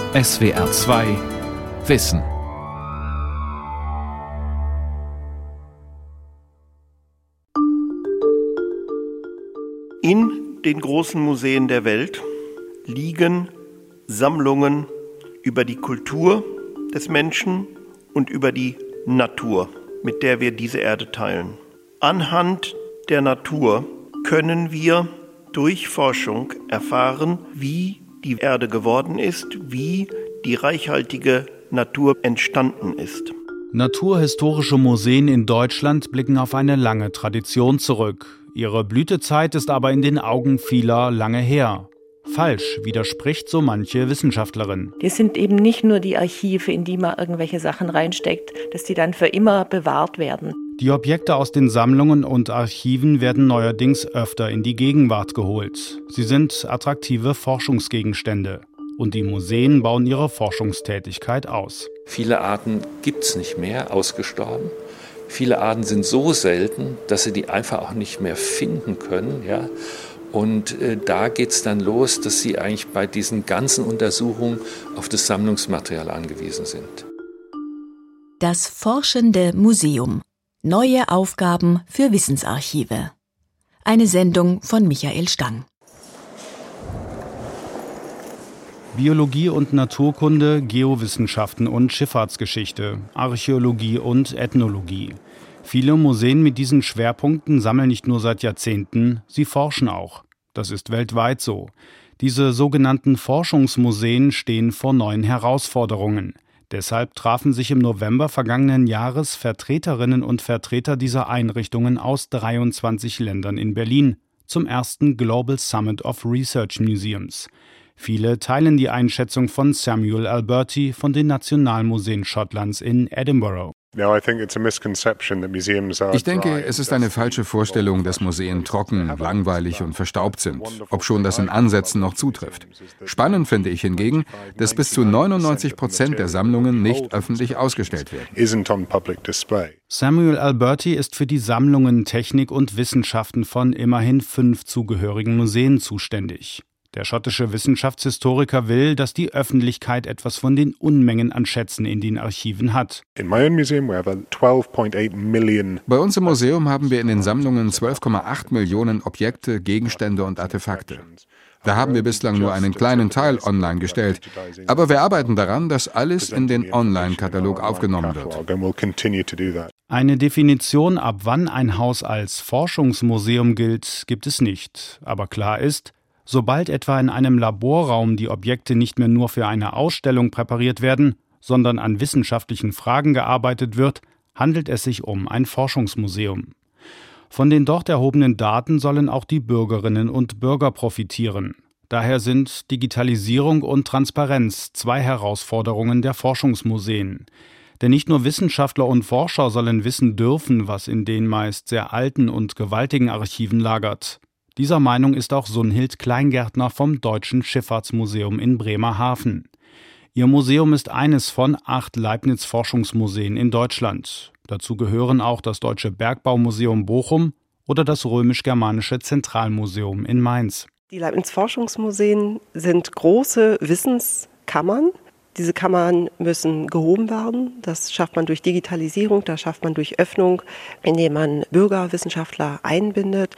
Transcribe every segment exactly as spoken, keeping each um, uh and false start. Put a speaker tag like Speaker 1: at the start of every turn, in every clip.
Speaker 1: S W R zwei Wissen.
Speaker 2: In den großen Museen der Welt liegen Sammlungen über die Kultur des Menschen und über die Natur, mit der wir diese Erde teilen. Anhand der Natur können wir durch Forschung erfahren, wie die Erde geworden ist, wie die reichhaltige Natur entstanden ist.
Speaker 3: Naturhistorische Museen in Deutschland blicken auf eine lange Tradition zurück. Ihre Blütezeit ist aber in den Augen vieler lange her. Falsch, widerspricht so manche Wissenschaftlerin.
Speaker 4: Das sind eben nicht nur die Archive, in die man irgendwelche Sachen reinsteckt, dass die dann für immer bewahrt werden.
Speaker 3: Die Objekte aus den Sammlungen und Archiven werden neuerdings öfter in die Gegenwart geholt. Sie sind attraktive Forschungsgegenstände. Und die Museen bauen ihre Forschungstätigkeit aus.
Speaker 5: Viele Arten gibt es nicht mehr, ausgestorben. Viele Arten sind so selten, dass sie die einfach auch nicht mehr finden können. Ja? Und äh, da geht es dann los, dass sie eigentlich bei diesen ganzen Untersuchungen auf das Sammlungsmaterial angewiesen sind.
Speaker 6: Das Forschende Museum. Neue Aufgaben für Wissensarchive. Eine Sendung von Michael Stang.
Speaker 3: Biologie und Naturkunde, Geowissenschaften und Schifffahrtsgeschichte, Archäologie und Ethnologie. Viele Museen mit diesen Schwerpunkten sammeln nicht nur seit Jahrzehnten, sie forschen auch. Das ist weltweit so. Diese sogenannten Forschungsmuseen stehen vor neuen Herausforderungen. Deshalb trafen sich im November vergangenen Jahres Vertreterinnen und Vertreter dieser Einrichtungen aus dreiundzwanzig Ländern in Berlin zum ersten Global Summit of Research Museums. Viele teilen die Einschätzung von Samuel Alberti von den Nationalmuseen Schottlands in Edinburgh.
Speaker 7: Ich denke, es ist eine falsche Vorstellung, dass Museen trocken, langweilig und verstaubt sind, obschon das in Ansätzen noch zutrifft. Spannend finde ich hingegen, dass bis zu neunundneunzig Prozent der Sammlungen nicht öffentlich ausgestellt werden.
Speaker 3: Samuel Alberti ist für die Sammlungen, Technik und Wissenschaften von immerhin fünf zugehörigen Museen zuständig. Der schottische Wissenschaftshistoriker will, dass die Öffentlichkeit etwas von den Unmengen an Schätzen in den Archiven hat.
Speaker 7: Bei uns im Museum haben wir in den Sammlungen zwölf Komma acht Millionen Objekte, Gegenstände und Artefakte. Da haben wir bislang nur einen kleinen Teil online gestellt. Aber wir arbeiten daran, dass alles in den Online-Katalog aufgenommen wird.
Speaker 3: Eine Definition, ab wann ein Haus als Forschungsmuseum gilt, gibt es nicht. Aber klar ist, sobald etwa in einem Laborraum die Objekte nicht mehr nur für eine Ausstellung präpariert werden, sondern an wissenschaftlichen Fragen gearbeitet wird, handelt es sich um ein Forschungsmuseum. Von den dort erhobenen Daten sollen auch die Bürgerinnen und Bürger profitieren. Daher sind Digitalisierung und Transparenz zwei Herausforderungen der Forschungsmuseen. Denn nicht nur Wissenschaftler und Forscher sollen wissen dürfen, was in den meist sehr alten und gewaltigen Archiven lagert. Dieser Meinung ist auch Sunhild Kleingärtner vom Deutschen Schifffahrtsmuseum in Bremerhaven. Ihr Museum ist eines von acht Leibniz-Forschungsmuseen in Deutschland. Dazu gehören auch das Deutsche Bergbaumuseum Bochum oder das Römisch-Germanische Zentralmuseum in Mainz.
Speaker 8: Die Leibniz-Forschungsmuseen sind große Wissenskammern. Diese Kammern müssen gehoben werden. Das schafft man durch Digitalisierung, das schafft man durch Öffnung, indem man Bürger, Wissenschaftler einbindet.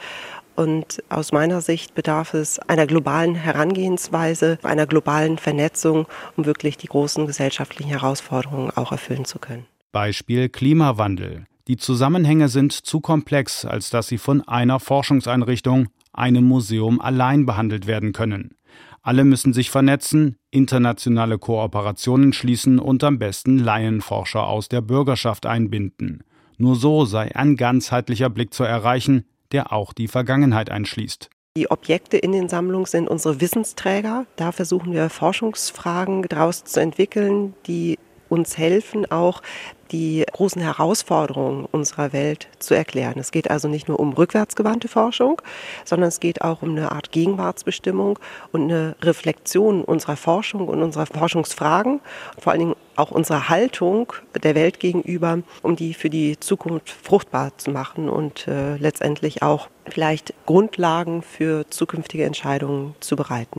Speaker 8: Und aus meiner Sicht bedarf es einer globalen Herangehensweise, einer globalen Vernetzung, um wirklich die großen gesellschaftlichen Herausforderungen auch erfüllen zu können.
Speaker 3: Beispiel Klimawandel. Die Zusammenhänge sind zu komplex, als dass sie von einer Forschungseinrichtung, einem Museum allein behandelt werden können. Alle müssen sich vernetzen, internationale Kooperationen schließen und am besten Laienforscher aus der Bürgerschaft einbinden. Nur so sei ein ganzheitlicher Blick zu erreichen, der auch die Vergangenheit einschließt.
Speaker 8: Die Objekte in den Sammlungen sind unsere Wissensträger. Da versuchen wir Forschungsfragen daraus zu entwickeln, die uns helfen, auch die großen Herausforderungen unserer Welt zu erklären. Es geht also nicht nur um rückwärtsgewandte Forschung, sondern es geht auch um eine Art Gegenwartsbestimmung und eine Reflexion unserer Forschung und unserer Forschungsfragen, vor allen Dingen auch unserer Haltung der Welt gegenüber, um die für die Zukunft fruchtbar zu machen und äh, letztendlich auch vielleicht Grundlagen für zukünftige Entscheidungen zu bereiten.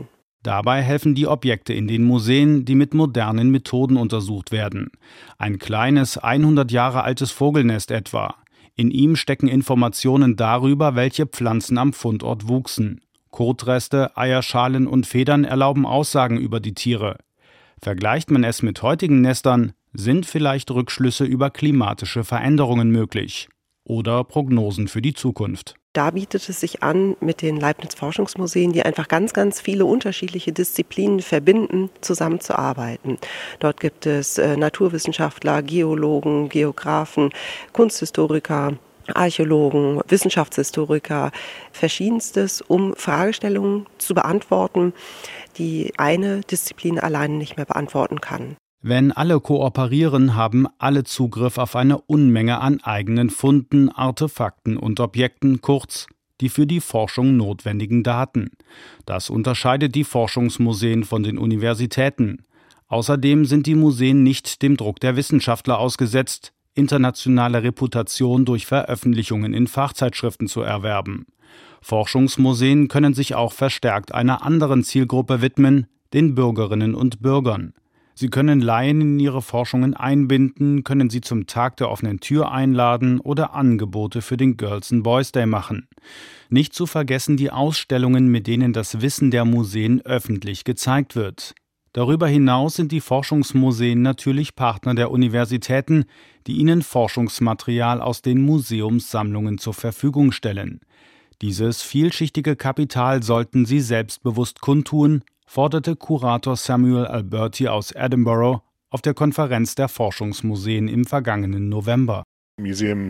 Speaker 3: Dabei helfen die Objekte in den Museen, die mit modernen Methoden untersucht werden. Ein kleines, hundert Jahre altes Vogelnest etwa. In ihm stecken Informationen darüber, welche Pflanzen am Fundort wuchsen. Kotreste, Eierschalen und Federn erlauben Aussagen über die Tiere. Vergleicht man es mit heutigen Nestern, sind vielleicht Rückschlüsse über klimatische Veränderungen möglich. Oder Prognosen für die Zukunft.
Speaker 8: Da bietet es sich an, mit den Leibniz-Forschungsmuseen, die einfach ganz, ganz viele unterschiedliche Disziplinen verbinden, zusammenzuarbeiten. Dort gibt es äh, Naturwissenschaftler, Geologen, Geographen, Kunsthistoriker, Archäologen, Wissenschaftshistoriker, verschiedenstes, um Fragestellungen zu beantworten, die eine Disziplin alleine nicht mehr beantworten kann.
Speaker 3: Wenn alle kooperieren, haben alle Zugriff auf eine Unmenge an eigenen Funden, Artefakten und Objekten, kurz die für die Forschung notwendigen Daten. Das unterscheidet die Forschungsmuseen von den Universitäten. Außerdem sind die Museen nicht dem Druck der Wissenschaftler ausgesetzt, internationale Reputation durch Veröffentlichungen in Fachzeitschriften zu erwerben. Forschungsmuseen können sich auch verstärkt einer anderen Zielgruppe widmen, den Bürgerinnen und Bürgern. Sie können Laien in ihre Forschungen einbinden, können sie zum Tag der offenen Tür einladen oder Angebote für den Girls and Boys Day machen. Nicht zu vergessen die Ausstellungen, mit denen das Wissen der Museen öffentlich gezeigt wird. Darüber hinaus sind die Forschungsmuseen natürlich Partner der Universitäten, die ihnen Forschungsmaterial aus den Museumssammlungen zur Verfügung stellen. Dieses vielschichtige Kapital sollten sie selbstbewusst kundtun, forderte Kurator Samuel Alberti aus Edinburgh auf der Konferenz der Forschungsmuseen im vergangenen November.
Speaker 7: Museen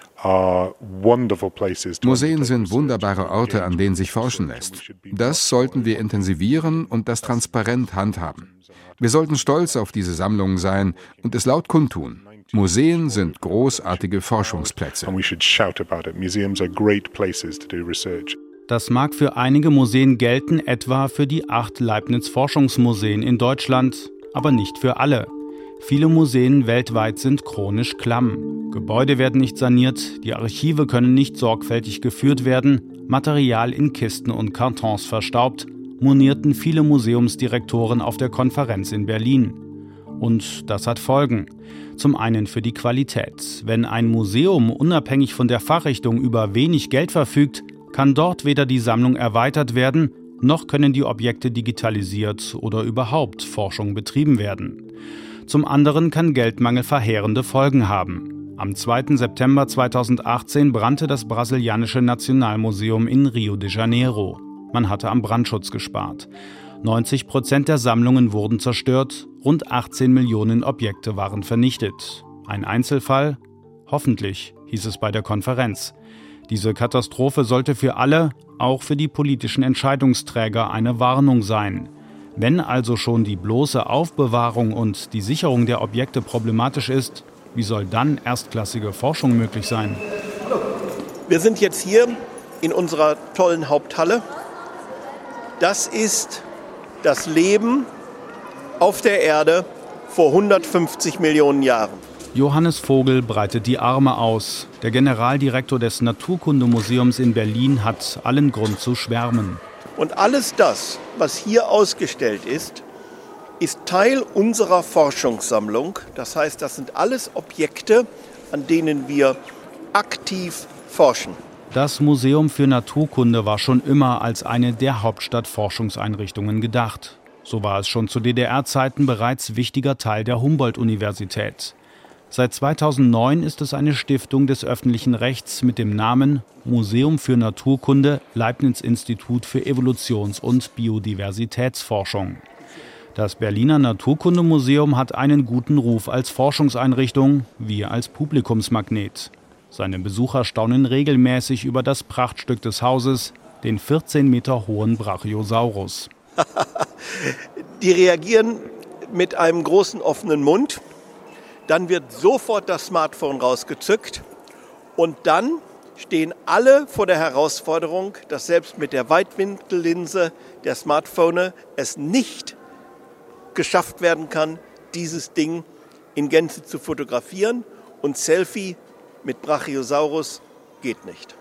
Speaker 7: sind wunderbare Orte, an denen sich forschen lässt. Das sollten wir intensivieren und das transparent handhaben. Wir sollten stolz auf diese Sammlungen sein und es laut kundtun. Museen sind großartige Forschungsplätze. Das mag für einige Museen gelten, etwa für die acht Leibniz-Forschungsmuseen in Deutschland, aber nicht für alle. Viele Museen weltweit sind chronisch klamm. Gebäude werden nicht saniert, die Archive können nicht sorgfältig geführt werden, Material in Kisten und Kartons verstaubt, monierten viele Museumsdirektoren auf der Konferenz in Berlin. Und das hat Folgen. Zum einen für die Qualität. Wenn ein Museum unabhängig von der Fachrichtung über wenig Geld verfügt, kann dort weder die Sammlung erweitert werden, noch können die Objekte digitalisiert oder überhaupt Forschung betrieben werden. Zum anderen kann Geldmangel verheerende Folgen haben. Am zweiten September zweitausendachtzehn brannte das brasilianische Nationalmuseum in Rio de Janeiro. Man hatte am Brandschutz gespart. neunzig Prozent der Sammlungen wurden zerstört, rund achtzehn Millionen Objekte waren vernichtet. Ein Einzelfall? Hoffentlich, hieß es bei der Konferenz. Diese Katastrophe sollte für alle, auch für die politischen Entscheidungsträger, eine Warnung sein. Wenn also schon die bloße Aufbewahrung und die Sicherung der Objekte problematisch ist, wie soll dann erstklassige Forschung möglich sein?
Speaker 2: Wir sind jetzt hier in unserer tollen Haupthalle. Das ist das Leben auf der Erde vor hundertfünfzig Millionen Jahren.
Speaker 3: Johannes Vogel breitet die Arme aus. Der Generaldirektor des Naturkundemuseums in Berlin hat allen Grund zu schwärmen.
Speaker 2: Und alles das, was hier ausgestellt ist, ist Teil unserer Forschungssammlung. Das heißt, das sind alles Objekte, an denen wir aktiv forschen.
Speaker 3: Das Museum für Naturkunde war schon immer als eine der Hauptstadtforschungseinrichtungen gedacht. So war es schon zu D D R-Zeiten bereits wichtiger Teil der Humboldt-Universität. Seit zweitausendneun ist es eine Stiftung des öffentlichen Rechts mit dem Namen Museum für Naturkunde, Leibniz-Institut für Evolutions- und Biodiversitätsforschung. Das Berliner Naturkundemuseum hat einen guten Ruf als Forschungseinrichtung, wie als Publikumsmagnet. Seine Besucher staunen regelmäßig über das Prachtstück des Hauses, den vierzehn Meter hohen Brachiosaurus.
Speaker 2: Die reagieren mit einem großen offenen Mund. Dann wird sofort das Smartphone rausgezückt und dann stehen alle vor der Herausforderung, dass selbst mit der Weitwinkellinse der Smartphone es nicht geschafft werden kann, dieses Ding in Gänze zu fotografieren, und Selfie mit Brachiosaurus geht nicht.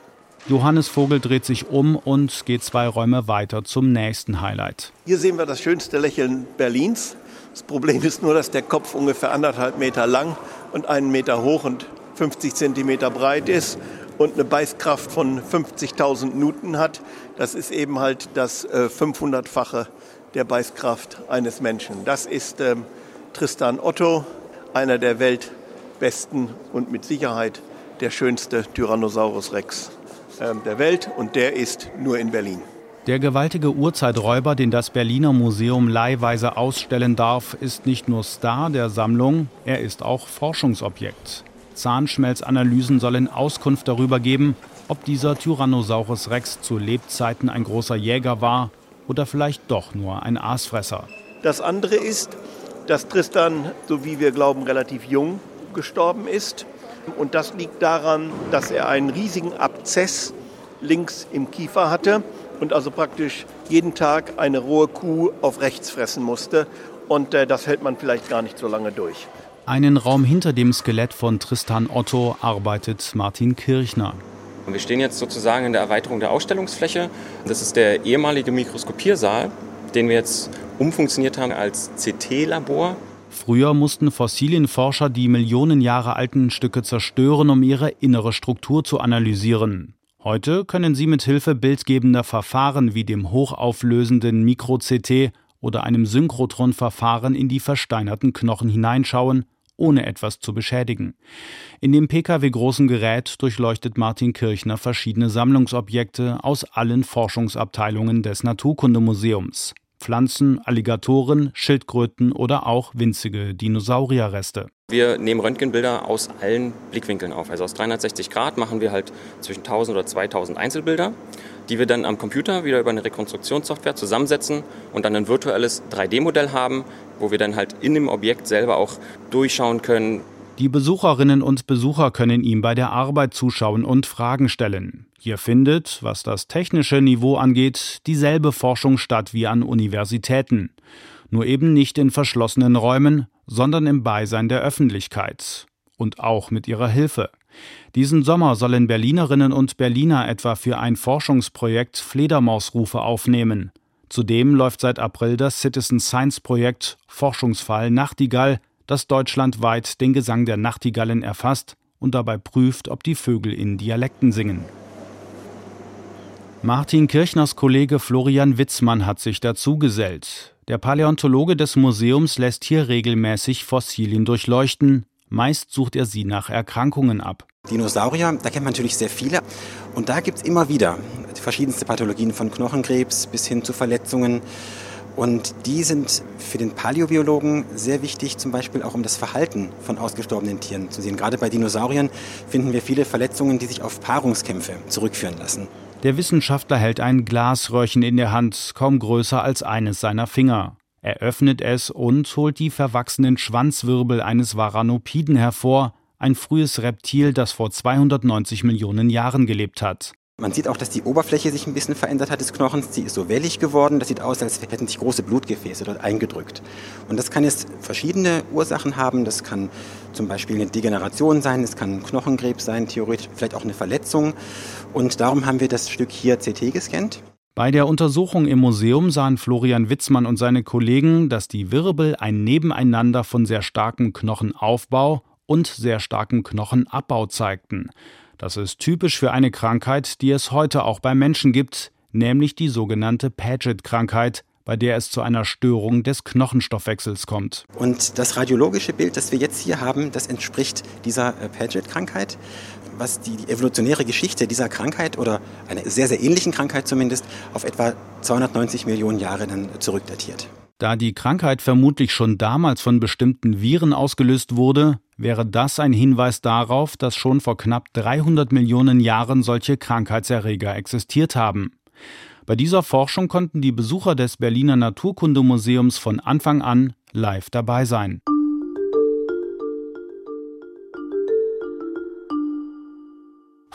Speaker 3: Johannes Vogel dreht sich um und geht zwei Räume weiter zum nächsten Highlight.
Speaker 2: Hier sehen wir das schönste Lächeln Berlins. Das Problem ist nur, dass der Kopf ungefähr anderthalb Meter lang und einen Meter hoch und fünfzig Zentimeter breit ist und eine Beißkraft von fünfzigtausend Newton hat. Das ist eben halt das äh, fünfhundertfache der Beißkraft eines Menschen. Das ist ähm, Tristan Otto, einer der weltbesten und mit Sicherheit der schönste Tyrannosaurus Rex äh, der Welt. Und der ist nur in Berlin.
Speaker 3: Der gewaltige Urzeiträuber, den das Berliner Museum leihweise ausstellen darf, ist nicht nur Star der Sammlung, er ist auch Forschungsobjekt. Zahnschmelzanalysen sollen Auskunft darüber geben, ob dieser Tyrannosaurus Rex zu Lebzeiten ein großer Jäger war oder vielleicht doch nur ein Aasfresser.
Speaker 2: Das andere ist, dass Tristan, so wie wir glauben, relativ jung gestorben ist. Und das liegt daran, dass er einen riesigen Abzess links im Kiefer hatte und also praktisch jeden Tag eine rohe Kuh auf rechts fressen musste. Und äh, das hält man vielleicht gar nicht so lange durch.
Speaker 3: Einen Raum hinter dem Skelett von Tristan Otto arbeitet Martin Kirchner.
Speaker 9: Wir stehen jetzt sozusagen in der Erweiterung der Ausstellungsfläche. Das ist der ehemalige Mikroskopiersaal, den wir jetzt umfunktioniert haben als C T-Labor.
Speaker 3: Früher mussten Fossilienforscher die Millionen Jahre alten Stücke zerstören, um ihre innere Struktur zu analysieren. Heute können sie mit Hilfe bildgebender Verfahren wie dem hochauflösenden Mikro-C T oder einem Synchrotron-Verfahren in die versteinerten Knochen hineinschauen, ohne etwas zu beschädigen. In dem P K W-großen Gerät durchleuchtet Martin Kirchner verschiedene Sammlungsobjekte aus allen Forschungsabteilungen des Naturkundemuseums. Pflanzen, Alligatoren, Schildkröten oder auch winzige Dinosaurierreste.
Speaker 9: Wir nehmen Röntgenbilder aus allen Blickwinkeln auf. Also aus dreihundertsechzig Grad machen wir halt zwischen tausend oder zweitausend Einzelbilder, die wir dann am Computer wieder über eine Rekonstruktionssoftware zusammensetzen und dann ein virtuelles drei D Modell haben, wo wir dann halt in dem Objekt selber auch durchschauen können.
Speaker 3: Die Besucherinnen und Besucher können ihm bei der Arbeit zuschauen und Fragen stellen. Hier findet, was das technische Niveau angeht, dieselbe Forschung statt wie an Universitäten. Nur eben nicht in verschlossenen Räumen, sondern im Beisein der Öffentlichkeit. Und auch mit ihrer Hilfe. Diesen Sommer sollen Berlinerinnen und Berliner etwa für ein Forschungsprojekt Fledermausrufe aufnehmen. Zudem läuft seit April das Citizen Science Projekt Forschungsfall Nachtigall, das deutschlandweit den Gesang der Nachtigallen erfasst und dabei prüft, ob die Vögel in Dialekten singen. Martin Kirchners Kollege Florian Witzmann hat sich dazugesellt. Der Paläontologe des Museums lässt hier regelmäßig Fossilien durchleuchten. Meist sucht er sie nach Erkrankungen ab.
Speaker 10: Dinosaurier, da kennt man natürlich sehr viele. Und da gibt es immer wieder verschiedenste Pathologien von Knochenkrebs bis hin zu Verletzungen. Und die sind für den Paläobiologen sehr wichtig, zum Beispiel auch um das Verhalten von ausgestorbenen Tieren zu sehen. Gerade bei Dinosauriern finden wir viele Verletzungen, die sich auf Paarungskämpfe zurückführen lassen.
Speaker 3: Der Wissenschaftler hält ein Glasröhrchen in der Hand, kaum größer als eines seiner Finger. Er öffnet es und holt die verwachsenen Schwanzwirbel eines Varanopiden hervor, ein frühes Reptil, das vor zweihundertneunzig Millionen Jahren gelebt hat.
Speaker 10: Man sieht auch, dass die Oberfläche sich ein bisschen verändert hat des Knochens. Sie ist so wellig geworden. Das sieht aus, als hätten sich große Blutgefäße dort eingedrückt. Und das kann jetzt verschiedene Ursachen haben. Das kann zum Beispiel eine Degeneration sein, es kann Knochenkrebs sein, theoretisch vielleicht auch eine Verletzung. Und darum haben wir das Stück hier C T gescannt.
Speaker 3: Bei der Untersuchung im Museum sahen Florian Witzmann und seine Kollegen, dass die Wirbel ein Nebeneinander von sehr starkem Knochenaufbau und sehr starkem Knochenabbau zeigten. Das ist typisch für eine Krankheit, die es heute auch bei Menschen gibt, nämlich die sogenannte Paget-Krankheit, bei der es zu einer Störung des Knochenstoffwechsels kommt.
Speaker 10: Und das radiologische Bild, das wir jetzt hier haben, das entspricht dieser Paget-Krankheit, was die, die evolutionäre Geschichte dieser Krankheit oder einer sehr, sehr ähnlichen Krankheit zumindest auf etwa zweihundertneunzig Millionen Jahre dann zurückdatiert.
Speaker 3: Da die Krankheit vermutlich schon damals von bestimmten Viren ausgelöst wurde, wäre das ein Hinweis darauf, dass schon vor knapp dreihundert Millionen Jahren solche Krankheitserreger existiert haben. Bei dieser Forschung konnten die Besucher des Berliner Naturkundemuseums von Anfang an live dabei sein.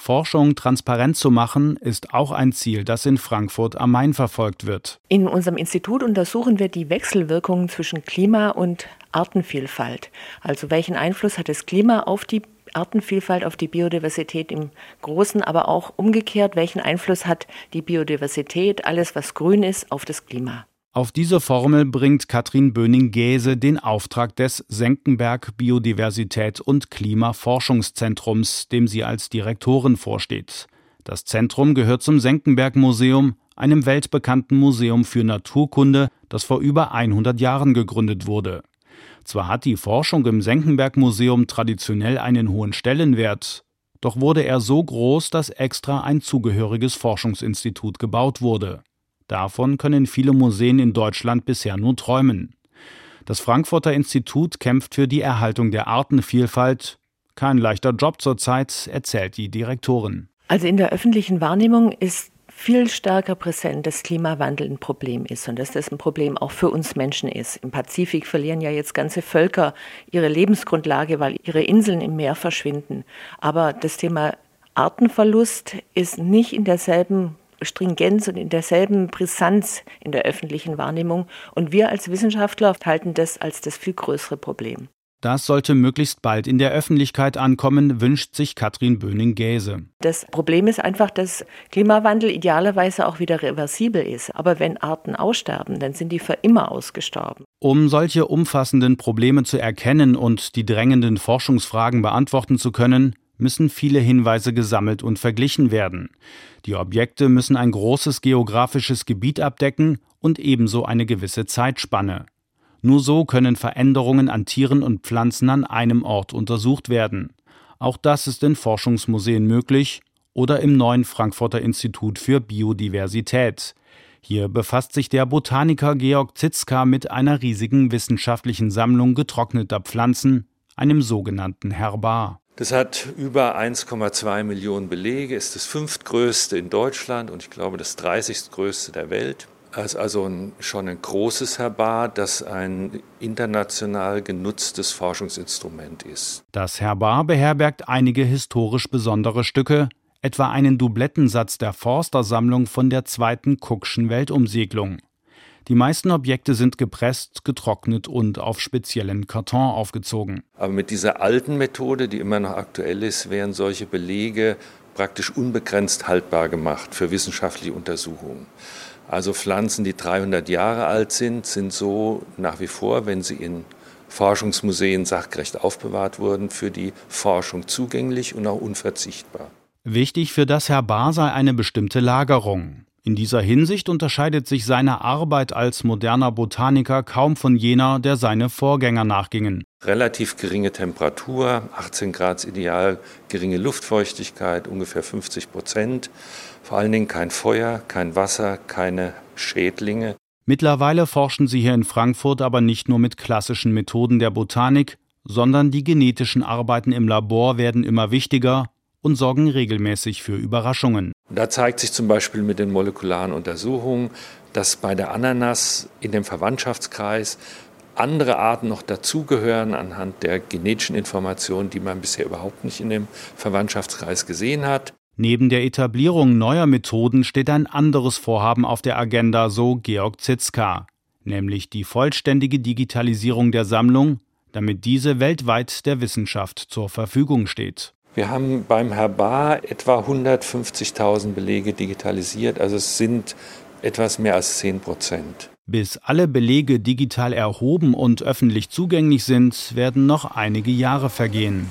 Speaker 3: Forschung transparent zu machen, ist auch ein Ziel, das in Frankfurt am Main verfolgt wird.
Speaker 4: In unserem Institut untersuchen wir die Wechselwirkungen zwischen Klima und Artenvielfalt. Also welchen Einfluss hat das Klima auf die Artenvielfalt, auf die Biodiversität im Großen, aber auch umgekehrt, welchen Einfluss hat die Biodiversität, alles was grün ist, auf das Klima.
Speaker 3: Auf diese Formel bringt Katrin Böning-Gäse den Auftrag des Senckenberg Biodiversität- und Klimaforschungszentrums, dem sie als Direktorin vorsteht. Das Zentrum gehört zum Senckenberg-Museum, einem weltbekannten Museum für Naturkunde, das vor über hundert Jahren gegründet wurde. Zwar hat die Forschung im Senckenberg-Museum traditionell einen hohen Stellenwert, doch wurde er so groß, dass extra ein zugehöriges Forschungsinstitut gebaut wurde. Davon können viele Museen in Deutschland bisher nur träumen. Das Frankfurter Institut kämpft für die Erhaltung der Artenvielfalt. Kein leichter Job zurzeit, erzählt die Direktorin.
Speaker 4: Also in der öffentlichen Wahrnehmung ist viel stärker präsent, dass Klimawandel ein Problem ist und dass das ein Problem auch für uns Menschen ist. Im Pazifik verlieren ja jetzt ganze Völker ihre Lebensgrundlage, weil ihre Inseln im Meer verschwinden. Aber das Thema Artenverlust ist nicht in derselben Stringenz und in derselben Brisanz in der öffentlichen Wahrnehmung. Und wir als Wissenschaftler halten das als das viel größere Problem.
Speaker 3: Das sollte möglichst bald in der Öffentlichkeit ankommen, wünscht sich Katrin Böning-Gäse.
Speaker 4: Das Problem ist einfach, dass Klimawandel idealerweise auch wieder reversibel ist. Aber wenn Arten aussterben, dann sind die für immer ausgestorben.
Speaker 3: Um solche umfassenden Probleme zu erkennen und die drängenden Forschungsfragen beantworten zu können, müssen viele Hinweise gesammelt und verglichen werden. Die Objekte müssen ein großes geografisches Gebiet abdecken und ebenso eine gewisse Zeitspanne. Nur so können Veränderungen an Tieren und Pflanzen an einem Ort untersucht werden. Auch das ist in Forschungsmuseen möglich oder im neuen Frankfurter Institut für Biodiversität. Hier befasst sich der Botaniker Georg Zitzka mit einer riesigen wissenschaftlichen Sammlung getrockneter Pflanzen, einem sogenannten Herbar.
Speaker 5: Das hat über eins Komma zwei Millionen Belege, ist das fünftgrößte in Deutschland und ich glaube das dreißigstgrößte der Welt. Es ist also ein, schon ein großes Herbar, das ein international genutztes Forschungsinstrument ist.
Speaker 3: Das Herbar beherbergt einige historisch besondere Stücke, etwa einen Dublettensatz der Forster-Sammlung von der zweiten Cookschen Weltumsegelung. Die meisten Objekte sind gepresst, getrocknet und auf speziellen Karton aufgezogen.
Speaker 5: Aber mit dieser alten Methode, die immer noch aktuell ist, wären solche Belege praktisch unbegrenzt haltbar gemacht für wissenschaftliche Untersuchungen. Also Pflanzen, die dreihundert Jahre alt sind, sind so nach wie vor, wenn sie in Forschungsmuseen sachgerecht aufbewahrt wurden, für die Forschung zugänglich und auch unverzichtbar.
Speaker 3: Wichtig für das Herbar sei eine bestimmte Lagerung. In dieser Hinsicht unterscheidet sich seine Arbeit als moderner Botaniker kaum von jener, der seine Vorgänger nachgingen.
Speaker 5: Relativ geringe Temperatur, achtzehn Grad ideal, geringe Luftfeuchtigkeit, ungefähr fünfzig Prozent. Vor allen Dingen kein Feuer, kein Wasser, keine Schädlinge.
Speaker 3: Mittlerweile forschen sie hier in Frankfurt aber nicht nur mit klassischen Methoden der Botanik, sondern die genetischen Arbeiten im Labor werden immer wichtiger und sorgen regelmäßig für Überraschungen.
Speaker 5: Da zeigt sich zum Beispiel mit den molekularen Untersuchungen, dass bei der Ananas in dem Verwandtschaftskreis andere Arten noch dazugehören anhand der genetischen Informationen, die man bisher überhaupt nicht in dem Verwandtschaftskreis gesehen hat.
Speaker 3: Neben der Etablierung neuer Methoden steht ein anderes Vorhaben auf der Agenda, so Georg Zitzka, nämlich die vollständige Digitalisierung der Sammlung, damit diese weltweit der Wissenschaft zur Verfügung steht.
Speaker 5: Wir haben beim Herbar etwa hundertfünfzigtausend Belege digitalisiert, also es sind etwas mehr als zehn Prozent.
Speaker 3: Bis alle Belege digital erhoben und öffentlich zugänglich sind, werden noch einige Jahre vergehen.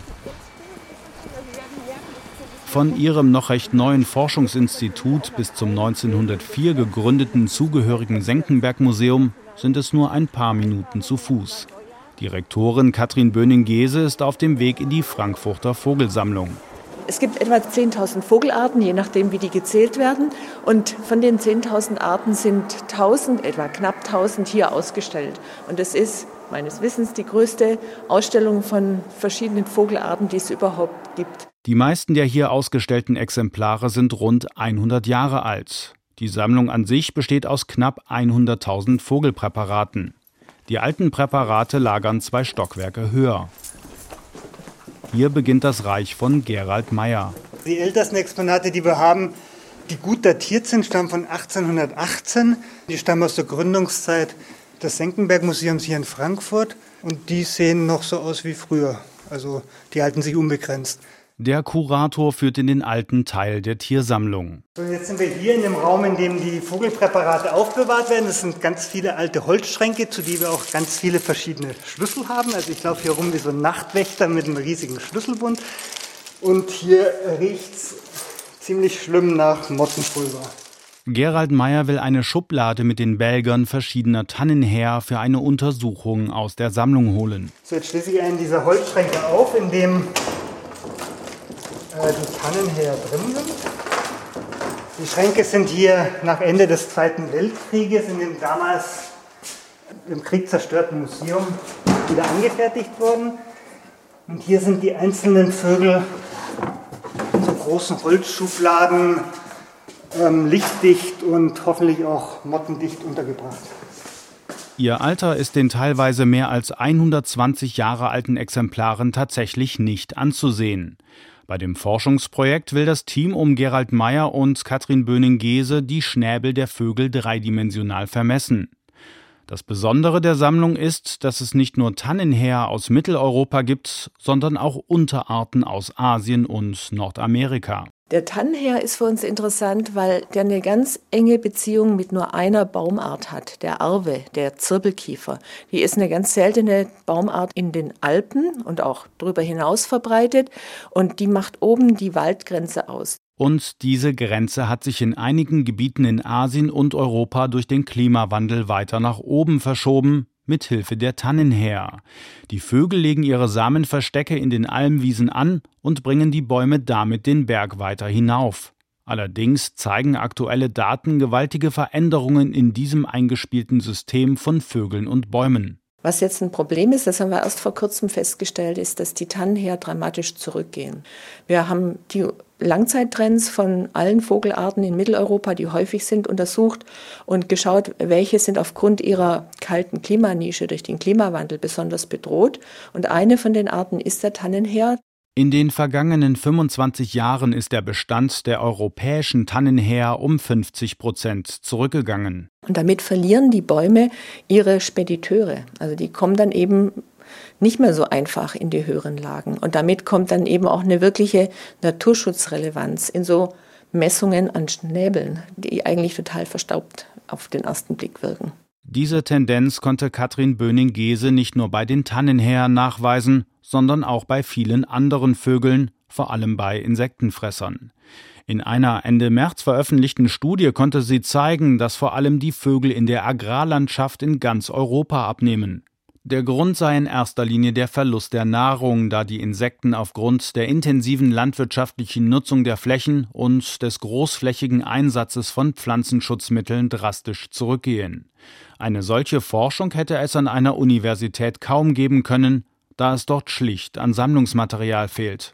Speaker 3: Von ihrem noch recht neuen Forschungsinstitut bis zum neunzehnhundertvier gegründeten zugehörigen Senckenberg-Museum sind es nur ein paar Minuten zu Fuß. Direktorin Katrin Böning-Gäse ist auf dem Weg in die Frankfurter Vogelsammlung.
Speaker 4: Es gibt etwa zehntausend Vogelarten, je nachdem wie die gezählt werden. Und von den zehntausend Arten sind tausend, etwa knapp tausend hier ausgestellt. Und das ist meines Wissens die größte Ausstellung von verschiedenen Vogelarten, die es überhaupt gibt.
Speaker 3: Die meisten der hier ausgestellten Exemplare sind rund hundert Jahre alt. Die Sammlung an sich besteht aus knapp hunderttausend Vogelpräparaten. Die alten Präparate lagern zwei Stockwerke höher. Hier beginnt das Reich von Gerald Meyer.
Speaker 11: Die ältesten Exponate, die wir haben, die gut datiert sind, stammen von achtzehnhundertachtzehn. Die stammen aus der Gründungszeit des Senckenberg-Museums hier in Frankfurt. Und die sehen noch so aus wie früher. Also die halten sich unbegrenzt.
Speaker 3: Der Kurator führt in den alten Teil der Tiersammlung.
Speaker 11: So, jetzt sind wir hier in dem Raum, in dem die Vogelpräparate aufbewahrt werden. Das sind ganz viele alte Holzschränke, zu denen wir auch ganz viele verschiedene Schlüssel haben. Also ich laufe hier rum wie so ein Nachtwächter mit einem riesigen Schlüsselbund. Und hier riecht es ziemlich schlimm nach Mottenpulver.
Speaker 3: Gerald Meyer will eine Schublade mit den Bälgern verschiedener Tannen her für eine Untersuchung aus der Sammlung holen.
Speaker 11: So, jetzt schließe ich einen dieser Holzschränke auf, in dem die Tannen her drin sind. Die Schränke sind hier nach Ende des Zweiten Weltkrieges in dem damals im Krieg zerstörten Museum wieder angefertigt worden. Und hier sind die einzelnen Vögel in so großen Holzschubladen ähm, lichtdicht und hoffentlich auch mottendicht untergebracht.
Speaker 3: Ihr Alter ist den teilweise mehr als hundertzwanzig Jahre alten Exemplaren tatsächlich nicht anzusehen. Bei dem Forschungsprojekt will das Team um Gerald Meyer und Katrin Böning-Gese die Schnäbel der Vögel dreidimensional vermessen. Das Besondere der Sammlung ist, dass es nicht nur Tannenhäher aus Mitteleuropa gibt, sondern auch Unterarten aus Asien und Nordamerika.
Speaker 4: Der Tannenhäher ist für uns interessant, weil der eine ganz enge Beziehung mit nur einer Baumart hat, der Arve, der Zirbelkiefer. Die ist eine ganz seltene Baumart in den Alpen und auch darüber hinaus verbreitet und die macht oben die Waldgrenze aus.
Speaker 3: Und diese Grenze hat sich in einigen Gebieten in Asien und Europa durch den Klimawandel weiter nach oben verschoben, mit Hilfe der Tannenhäher. Die Vögel legen ihre Samenverstecke in den Almwiesen an und bringen die Bäume damit den Berg weiter hinauf. Allerdings zeigen aktuelle Daten gewaltige Veränderungen in diesem eingespielten System von Vögeln und Bäumen.
Speaker 4: Was jetzt ein Problem ist, das haben wir erst vor kurzem festgestellt, ist, dass die Tannenhäher dramatisch zurückgehen. Wir haben die Langzeittrends von allen Vogelarten in Mitteleuropa, die häufig sind, untersucht und geschaut, welche sind aufgrund ihrer kalten Klimanische durch den Klimawandel besonders bedroht. Und eine von den Arten ist der Tannenhäher.
Speaker 3: In den vergangenen fünfundzwanzig Jahren ist der Bestand der europäischen Tannenhäher um fünfzig Prozent zurückgegangen.
Speaker 4: Und damit verlieren die Bäume ihre Spediteure. Also die kommen dann eben nicht mehr so einfach in die höheren Lagen. Und damit kommt dann eben auch eine wirkliche Naturschutzrelevanz in so Messungen an Schnäbeln, die eigentlich total verstaubt auf den ersten Blick wirken.
Speaker 3: Diese Tendenz konnte Katrin Böning-Gese nicht nur bei den Tannenhähern nachweisen, sondern auch bei vielen anderen Vögeln, vor allem bei Insektenfressern. In einer Ende März veröffentlichten Studie konnte sie zeigen, dass vor allem die Vögel in der Agrarlandschaft in ganz Europa abnehmen. Der Grund sei in erster Linie der Verlust der Nahrung, da die Insekten aufgrund der intensiven landwirtschaftlichen Nutzung der Flächen und des großflächigen Einsatzes von Pflanzenschutzmitteln drastisch zurückgehen. Eine solche Forschung hätte es an einer Universität kaum geben können, da es dort schlicht an Sammlungsmaterial fehlt.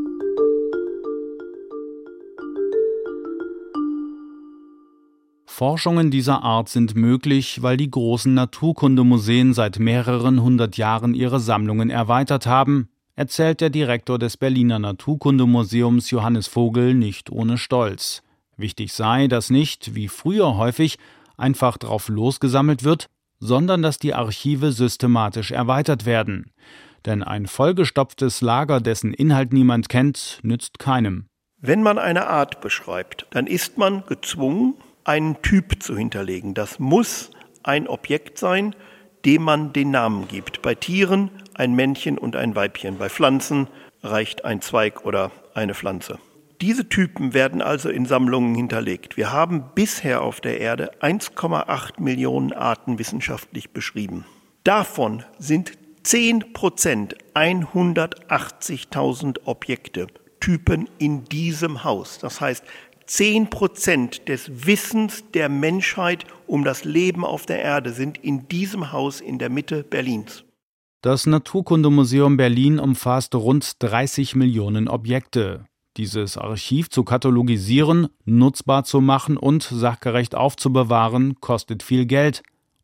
Speaker 3: Forschungen dieser Art sind möglich, weil die großen Naturkundemuseen seit mehreren hundert Jahren ihre Sammlungen erweitert haben, erzählt der Direktor des Berliner Naturkundemuseums Johannes Vogel nicht ohne Stolz. Wichtig sei, dass nicht, wie früher häufig, einfach drauf losgesammelt wird, sondern dass die Archive systematisch erweitert werden. Denn ein vollgestopftes Lager, dessen Inhalt niemand kennt, nützt keinem.
Speaker 2: Wenn man eine Art beschreibt, dann ist man gezwungen, einen Typ zu hinterlegen. Das muss ein Objekt sein, dem man den Namen gibt. Bei Tieren ein Männchen und ein Weibchen. Bei Pflanzen reicht ein Zweig oder eine Pflanze. Diese Typen werden also in Sammlungen hinterlegt. Wir haben bisher auf der Erde eins Komma acht Millionen Arten wissenschaftlich beschrieben. Davon sind zehn Prozent, hundertachtzigtausend Objekte, Typen in diesem Haus. Das heißt, zehn Prozent des Wissens der Menschheit um das Leben auf der Erde sind in diesem Haus in der Mitte Berlins.
Speaker 3: Das Naturkundemuseum Berlin umfasst rund dreißig Millionen Objekte. Dieses Archiv zu katalogisieren, nutzbar zu machen und sachgerecht aufzubewahren, kostet viel Geld.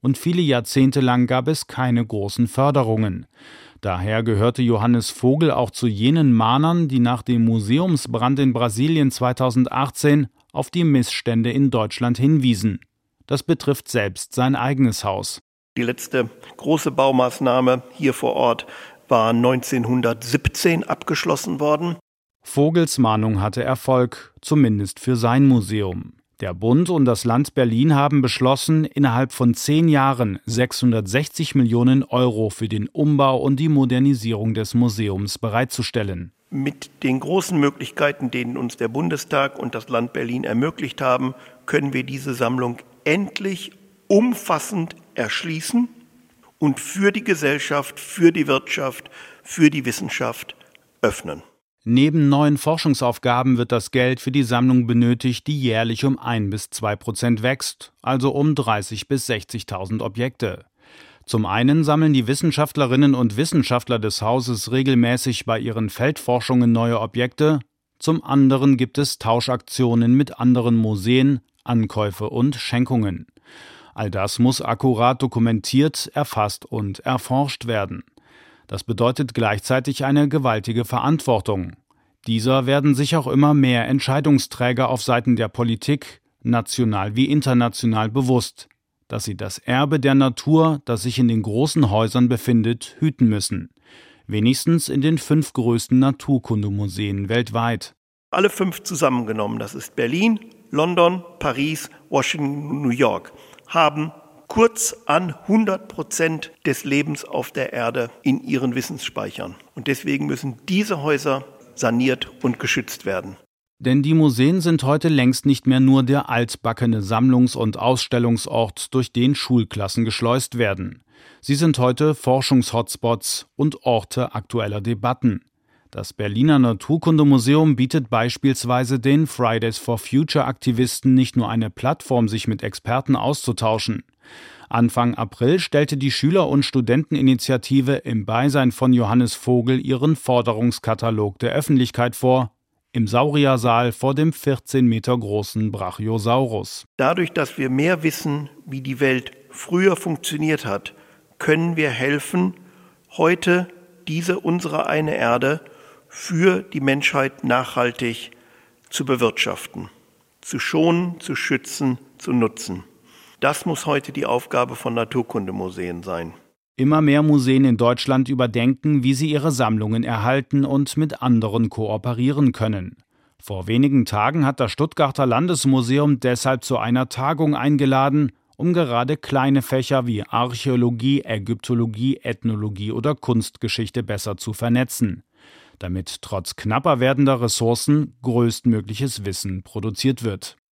Speaker 3: und viele Jahrzehnte lang gab es keine großen Förderungen. Daher gehörte Johannes Vogel auch zu jenen Mahnern, die nach dem Museumsbrand in Brasilien zweitausendachtzehn auf die Missstände in Deutschland hinwiesen. Das betrifft selbst sein eigenes Haus.
Speaker 2: Die letzte große Baumaßnahme hier vor Ort war neunzehnhundertsiebzehn abgeschlossen worden.
Speaker 3: Vogels Mahnung hatte Erfolg, zumindest für sein Museum. Der Bund und das Land Berlin haben beschlossen, innerhalb von zehn Jahren sechshundertsechzig Millionen Euro für den Umbau und die Modernisierung des Museums bereitzustellen.
Speaker 2: Mit den großen Möglichkeiten, denen uns der Bundestag und das Land Berlin ermöglicht haben, können wir diese Sammlung endlich umfassend erschließen und für die Gesellschaft, für die Wirtschaft, für die Wissenschaft öffnen.
Speaker 3: Neben neuen Forschungsaufgaben wird das Geld für die Sammlung benötigt, die jährlich um ein bis zwei Prozent wächst, also um dreißigtausend bis sechzigtausend Objekte. Zum einen sammeln die Wissenschaftlerinnen und Wissenschaftler des Hauses regelmäßig bei ihren Feldforschungen neue Objekte, zum anderen gibt es Tauschaktionen mit anderen Museen, Ankäufe und Schenkungen. All das muss akkurat dokumentiert, erfasst und erforscht werden. Das bedeutet gleichzeitig eine gewaltige Verantwortung. Dieser werden sich auch immer mehr Entscheidungsträger auf Seiten der Politik, national wie international, bewusst, dass sie das Erbe der Natur, das sich in den großen Häusern befindet, hüten müssen. Wenigstens in den fünf größten Naturkundemuseen weltweit.
Speaker 2: Alle fünf zusammengenommen, das ist Berlin, London, Paris, Washington, New York, haben kurz an hundert Prozent des Lebens auf der Erde in ihren Wissensspeichern. Und deswegen müssen diese Häuser saniert und geschützt werden.
Speaker 3: Denn die Museen sind heute längst nicht mehr nur der altbackene Sammlungs- und Ausstellungsort, durch den Schulklassen geschleust werden. Sie sind heute Forschungshotspots und Orte aktueller Debatten. Das Berliner Naturkundemuseum bietet beispielsweise den Fridays for Future Aktivisten nicht nur eine Plattform, sich mit Experten auszutauschen. Anfang April stellte die Schüler- und Studenteninitiative im Beisein von Johannes Vogel ihren Forderungskatalog der Öffentlichkeit vor, im Sauriersaal vor dem vierzehn Meter großen Brachiosaurus.
Speaker 2: Dadurch, dass wir mehr wissen, wie die Welt früher funktioniert hat, können wir helfen, heute diese unsere eine Erde für die Menschheit nachhaltig zu bewirtschaften, zu schonen, zu schützen, zu nutzen. Das muss heute die Aufgabe von Naturkundemuseen sein.
Speaker 3: Immer mehr Museen in Deutschland überdenken, wie sie ihre Sammlungen erhalten und mit anderen kooperieren können. Vor wenigen Tagen hat das Stuttgarter Landesmuseum deshalb zu einer Tagung eingeladen, um gerade kleine Fächer wie Archäologie, Ägyptologie, Ethnologie oder Kunstgeschichte besser zu vernetzen, damit trotz knapper werdender Ressourcen größtmögliches Wissen produziert wird.